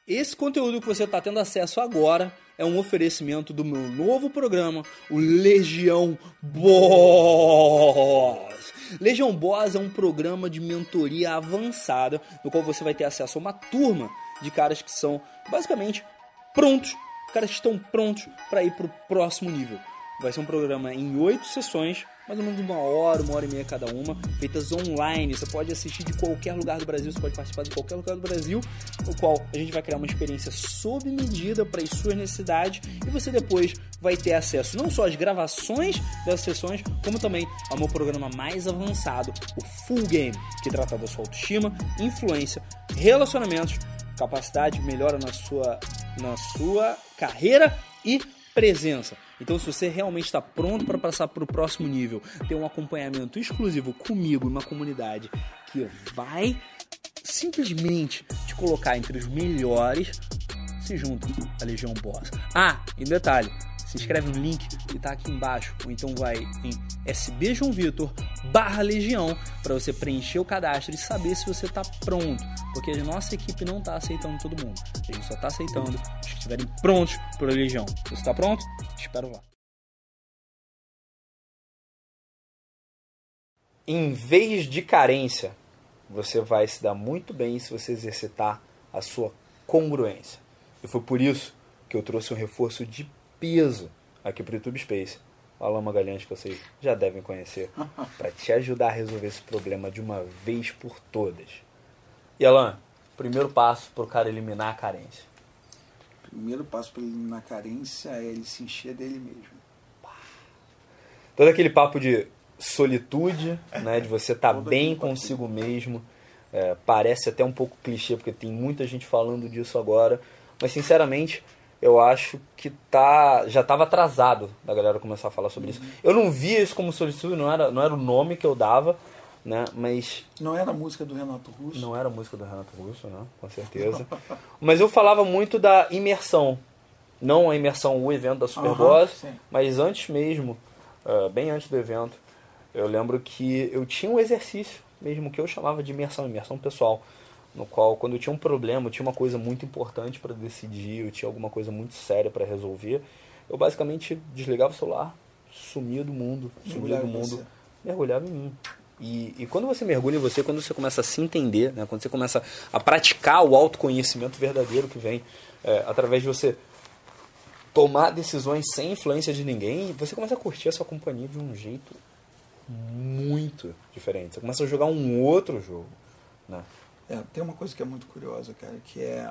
Esse conteúdo que você está tendo acesso agora é um oferecimento do meu novo programa, o Legião Boss. Legião Boss é um programa de mentoria avançada, no qual você vai ter acesso a uma turma de caras que são basicamente prontos, caras que estão prontos para ir para o próximo nível. Vai ser um programa em 8 sessões, mais ou menos 1 hora, 1h30 cada uma, feitas online. Você pode assistir de qualquer lugar do Brasil, você pode participar de qualquer lugar do Brasil, no qual a gente vai criar uma experiência sob medida para as suas necessidades, e você depois vai ter acesso não só às gravações das sessões, como também ao meu programa mais avançado, o Full Game, que trata da sua autoestima, influência, relacionamentos, capacidade, melhora na sua carreira e presença. Então, se você realmente está pronto para passar para o próximo nível, ter um acompanhamento exclusivo comigo, uma comunidade que vai simplesmente te colocar entre os melhores, se junta à Legião Boss. E detalhe, se inscreve no link que está aqui embaixo, ou então vai em sbjoãovitor.com/legião para você preencher o cadastro e saber se você está pronto, porque a nossa equipe não está aceitando todo mundo, a gente só está aceitando os que estiverem prontos para a Legião. Você está pronto? Te espero lá. Em vez de carência, você vai se dar muito bem se você exercitar a sua congruência. E foi por isso que eu trouxe um reforço de peso aqui para o YouTube Space, o Alan Magalhães, que vocês já devem conhecer, para te ajudar a resolver esse problema de uma vez por todas. E Alan, primeiro passo para o cara eliminar a carência. Primeiro passo para eliminar a carência é ele se encher dele mesmo. Todo aquele papo de solitude, né, de você estar bem consigo mesmo, parece até um pouco clichê, porque tem muita gente falando disso agora, mas sinceramente eu acho que já estava atrasado da galera começar a falar sobre isso. Eu não via isso como solitude, não era o nome que eu dava, né? Mas não era a música do Renato Russo? Não era a música do Renato Russo, né? Com certeza. Mas eu falava muito da imersão. Não a imersão, o evento da Superboss, mas antes mesmo, bem antes do evento, eu lembro que eu tinha um exercício mesmo que eu chamava de imersão pessoal, no qual, quando eu tinha um problema, eu tinha uma coisa muito importante para decidir, eu tinha alguma coisa muito séria para resolver, eu basicamente desligava o celular, sumia do mundo, mergulhava em mim. E quando você mergulha em você, quando você começa a se entender, né, quando você começa a praticar o autoconhecimento verdadeiro que vem através de você tomar decisões sem influência de ninguém, você começa a curtir a sua companhia de um jeito muito diferente. Você começa a jogar um outro jogo, né? Tem uma coisa que é muito curiosa, cara, que é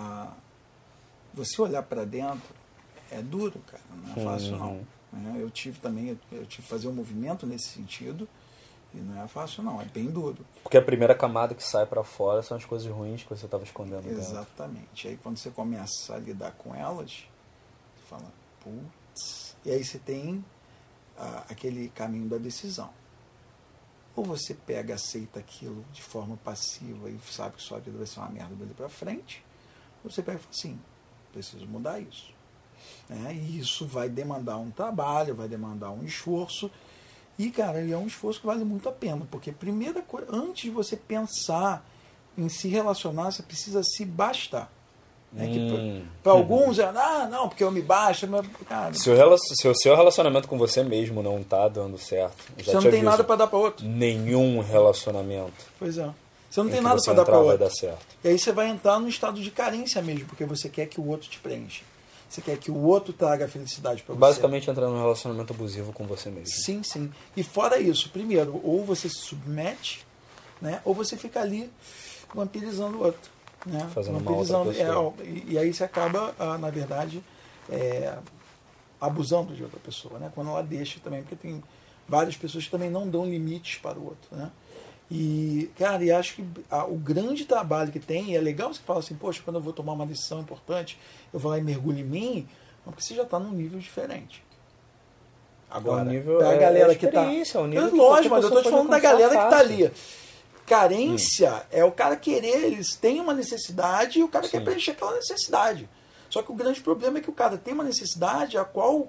você olhar para dentro é duro, cara, não é fácil não. Eu tive que fazer um movimento nesse sentido e não é fácil não, é bem duro. Porque a primeira camada que sai para fora são as coisas ruins que você estava escondendo dentro. Exatamente. Aí quando você começa a lidar com elas, você fala, putz, e aí você tem aquele caminho da decisão. Ou você pega, aceita aquilo de forma passiva e sabe que sua vida vai ser uma merda dali pra frente, ou você pega e fala assim, preciso mudar isso. E isso vai demandar um trabalho, vai demandar um esforço, e, cara, é um esforço que vale muito a pena, porque primeira coisa, antes de você pensar em se relacionar, você precisa se bastar. Para alguns não, porque eu me baixo, mas, cara, se o seu relacionamento com você mesmo não tá dando certo, você não tem nada para dar para outro. Nenhum relacionamento. Pois é. Você não tem nada para dar para outro. Vai dar certo. E aí você vai entrar num estado de carência mesmo, porque você quer que o outro te preencha. Você quer que o outro traga felicidade para você. Basicamente entrar num relacionamento abusivo com você mesmo. Sim, sim. E fora isso, primeiro, ou você se submete, né, ou você fica ali vampirizando o outro. Fazendo uma outra pessoa. E aí você acaba, na verdade, abusando de outra pessoa, né? Quando ela deixa também, porque tem várias pessoas que também não dão limites para o outro, né? E, cara, e acho que o grande trabalho que tem, e é legal você falar assim, poxa, quando eu vou tomar uma decisão importante, eu vou lá e mergulho em mim, porque você já está num nível diferente. Agora, a galera que está... Lógico, mas eu estou te falando da galera que está ali. Carência é o cara querer, eles têm uma necessidade e o cara quer preencher aquela necessidade. Só que o grande problema é que o cara tem uma necessidade a qual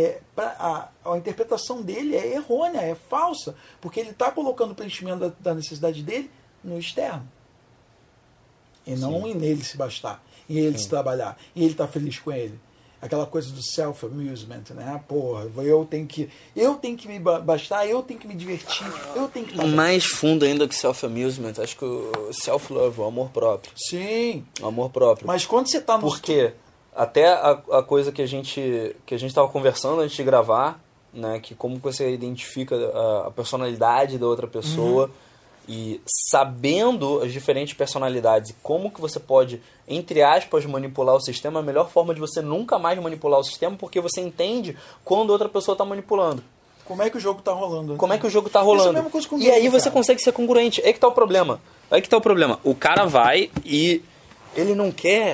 a interpretação dele é errônea, é falsa, porque ele está colocando o preenchimento da necessidade dele no externo. E não em nele se bastar, em ele se trabalhar, e ele estar feliz com ele. Aquela coisa do self-amusement, né? Porra, eu tenho que me bastar, eu tenho que me divertir, eu tenho que... Mais fundo ainda que self-amusement, acho que o self-love, o amor próprio. Sim. O amor próprio. Mas quando você tá no... Porque até a coisa que a gente estava conversando antes de gravar, né? Que como você identifica a personalidade da outra pessoa... E sabendo as diferentes personalidades e como que você pode, entre aspas, manipular o sistema, a melhor forma de você nunca mais manipular o sistema, porque você entende quando outra pessoa está manipulando. Como é que o jogo tá rolando? Como é que o jogo tá rolando. Isso é a mesma coisa com o e game, aí você cara. consegue ser congruente. Aí que tá o problema. Aí que tá o problema. O cara vai e ele não quer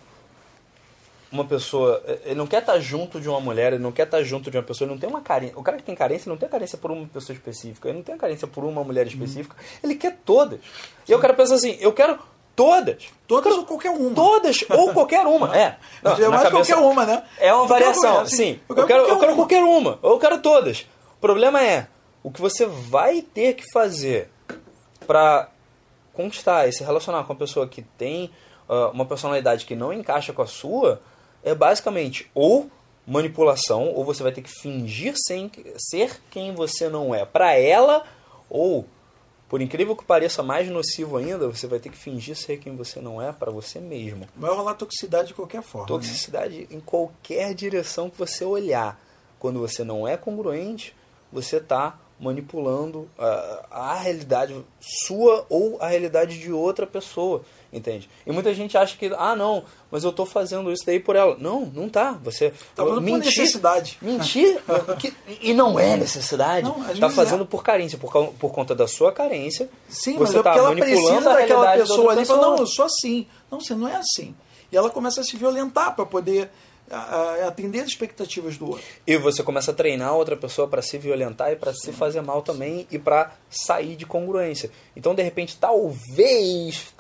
uma pessoa, ele não quer estar junto de uma mulher, ele não quer estar junto de uma pessoa, ele não tem uma carência. O cara que tem carência, ele não tem carência por uma pessoa específica, ele não tem carência por uma mulher específica, ele quer todas. E o cara pensa assim, eu quero todas. Todas ou qualquer uma. Todas ou qualquer uma, é. Não, é mais qualquer uma, né? É uma variação, assim, sim. Eu quero qualquer uma, ou eu quero todas. O problema é, o que você vai ter que fazer para conquistar e se relacionar com uma pessoa que tem uma personalidade que não encaixa com a sua, é basicamente ou manipulação, ou você vai ter que fingir ser quem você não é para ela, ou, por incrível que pareça mais nocivo ainda, você vai ter que fingir ser quem você não é para você mesmo. Vai rolar toxicidade de qualquer forma. Toxicidade, né? Em qualquer direção que você olhar. Quando você não é congruente, você está manipulando a realidade sua ou a realidade de outra pessoa. Entende? E muita gente acha que, não, mas eu tô fazendo isso daí por ela. Não, não tá. Você tá fazendo por necessidade. Mentir, e não é necessidade. Não, tá fazendo por carência, por conta da sua carência. Sim, você mas é tá porque ela manipulando precisa daquela pessoa ali e fala, pessoa. não, eu sou assim. Não, você não é assim. E ela começa a se violentar para poder atender as expectativas do outro. E você começa a treinar outra pessoa para se violentar e para se fazer mal também e para sair de congruência. Então, de repente, talvez,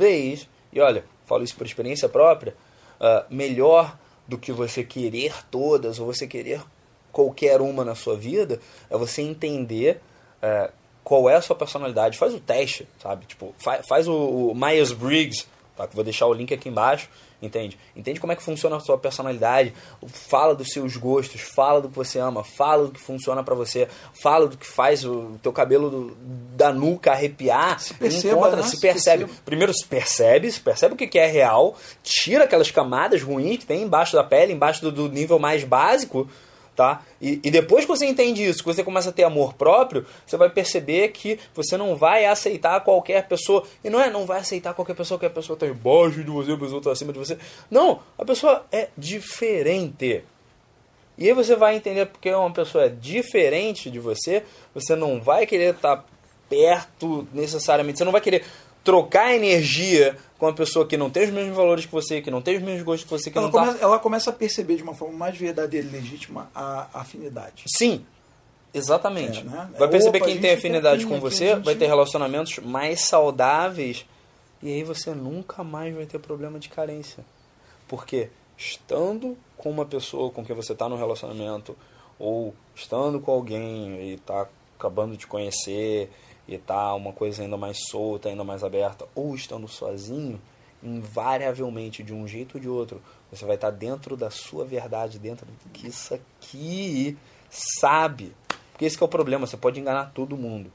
e olha, falo isso por experiência própria, melhor do que você querer todas ou você querer qualquer uma na sua vida, é você entender qual é a sua personalidade. Faz o teste, sabe? Tipo, faz o Myers-Briggs, tá? Vou deixar o link aqui embaixo. Entende? Entende como é que funciona a sua personalidade, fala dos seus gostos, fala do que você ama, fala do que funciona pra você, fala do que faz o teu cabelo da nuca arrepiar, se perceba, se percebe. Primeiro se percebe o que é real, tira aquelas camadas ruins que tem embaixo da pele, embaixo do nível mais básico, tá? E depois que você entende isso, que você começa a ter amor próprio, você vai perceber que você não vai aceitar qualquer pessoa. E não vai aceitar qualquer pessoa, que a pessoa está embaixo de você, a pessoa está acima de você. Não, a pessoa é diferente. E aí você vai entender porque uma pessoa é diferente de você, você não vai querer estar perto necessariamente, você não vai querer trocar energia com uma pessoa que não tem os mesmos valores que você, que não tem os mesmos gostos que você, que ela começa a perceber de uma forma mais verdadeira e legítima a afinidade. Sim, exatamente. Né? Vai perceber quem tem afinidade com você, vai ter relacionamentos mais saudáveis e aí você nunca mais vai ter problema de carência. Porque estando com uma pessoa com quem você está no relacionamento ou estando com alguém e está acabando de conhecer e tá uma coisa ainda mais solta, ainda mais aberta, ou estando sozinho, invariavelmente, de um jeito ou de outro, você vai estar dentro da sua verdade, dentro do que isso aqui sabe. Porque esse que é o problema, você pode enganar todo mundo.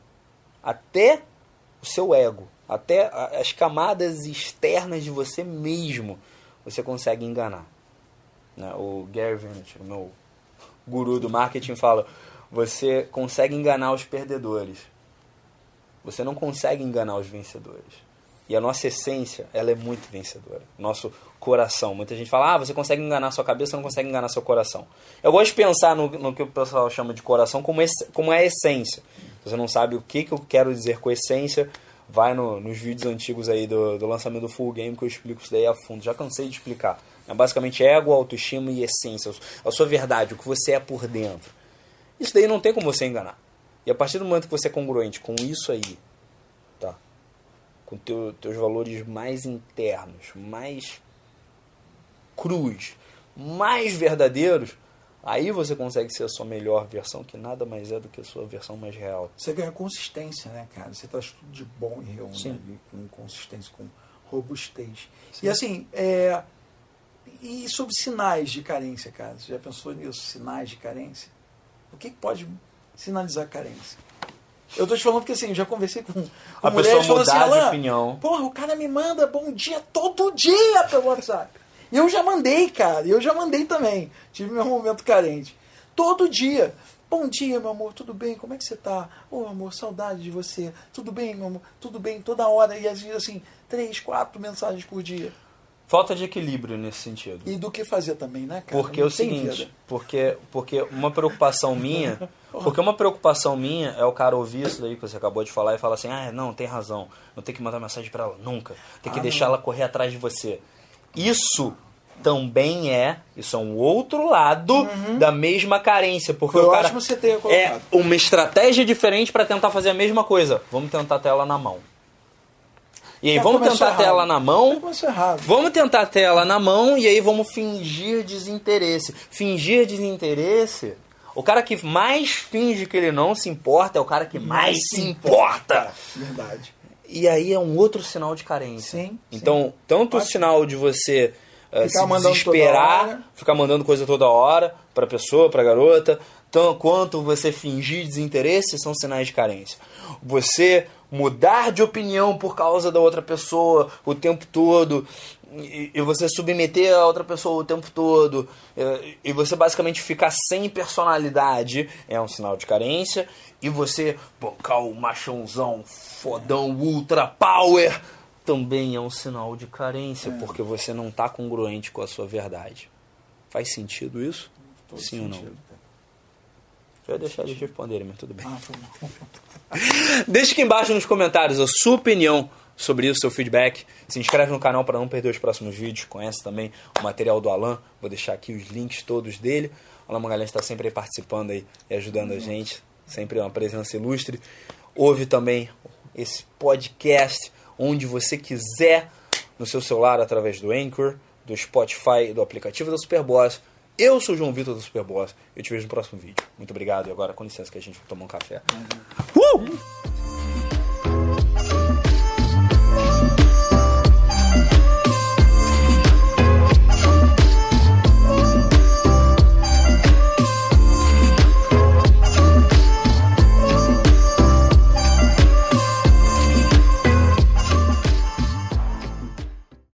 Até o seu ego, até as camadas externas de você mesmo, você consegue enganar. Né? O Gary Vaynerchuk, o meu guru do marketing, fala, você consegue enganar os perdedores. Você não consegue enganar os vencedores. E a nossa essência, ela é muito vencedora. Nosso coração. Muita gente fala, você consegue enganar sua cabeça, não consegue enganar seu coração. Eu gosto de pensar no que o pessoal chama de coração como é a essência. Se você não sabe o que eu quero dizer com essência, vai nos vídeos antigos aí do lançamento do Full Game que eu explico isso daí a fundo. Já cansei de explicar. É basicamente ego, autoestima e essência. A sua verdade, o que você é por dentro. Isso daí não tem como você enganar. E a partir do momento que você é congruente com isso aí, tá? Com teus valores mais internos, mais crus, mais verdadeiros, aí você consegue ser a sua melhor versão, que nada mais é do que a sua versão mais real. Você ganha consistência, né, cara? Você traz tudo de bom e reúne ali, com consistência, com robustez. Sim. E assim, e sobre sinais de carência, cara? Você já pensou nisso? Sinais de carência? O que pode sinalizar carência? Eu tô te falando porque assim, eu já conversei com a mulheres pessoa falando assim, mudar de Alan, opinião. porra, o cara me manda bom dia todo dia pelo WhatsApp. E eu já mandei, cara. Eu já mandei também. Tive meu momento carente. Todo dia. Bom dia, meu amor. Tudo bem? Como é que você tá? Ô, amor, saudade de você. Tudo bem, meu amor? Tudo bem, toda hora. E às vezes, assim, 3, 4 mensagens por dia. Falta de equilíbrio nesse sentido. E do que fazer também, né, cara? Porque é o seguinte, porque uma preocupação minha, é o cara ouvir isso daí que você acabou de falar e falar assim, não, tem razão, não tem que mandar mensagem pra ela nunca, tem que deixar ela correr atrás de você. Isso também isso é um outro lado da mesma carência, porque o cara você ter colocado. É uma estratégia diferente pra tentar fazer a mesma coisa. Vamos tentar ter ela na mão. E aí, vamos tentar ter ela na mão. Vamos tentar ter ela na mão e aí vamos fingir desinteresse. Fingir desinteresse. O cara que mais finge que ele não se importa é o cara que mais se importa. Verdade. E aí é um outro sinal de carência. Sim. Então, tanto o sinal de você se mandando desesperar, ficar mandando coisa toda hora pra pessoa, pra garota, quanto você fingir desinteresse, são sinais de carência. Você mudar de opinião por causa da outra pessoa o tempo todo, e você submeter a outra pessoa o tempo todo, e você basicamente ficar sem personalidade, é um sinal de carência. E você bocar o machãozão, fodão, ultra power, também é um sinal de carência, porque você não está congruente com a sua verdade. Faz sentido isso? Sim ou não? Eu ia deixar eles responderem, mas tudo bem. Deixa aqui embaixo nos comentários a sua opinião sobre isso, seu feedback. Se inscreve no canal para não perder os próximos vídeos. Conhece também o material do Alan. Vou deixar aqui os links todos dele. O Alan Magalhães está sempre aí participando aí e ajudando a gente. Sempre uma presença ilustre. Ouve também esse podcast onde você quiser, no seu celular, através do Anchor, do Spotify, do aplicativo da Superboss. Eu sou o João Vitor do Superboss. Eu te vejo no próximo vídeo. Muito obrigado. E agora, com licença, que a gente vai tomar um café.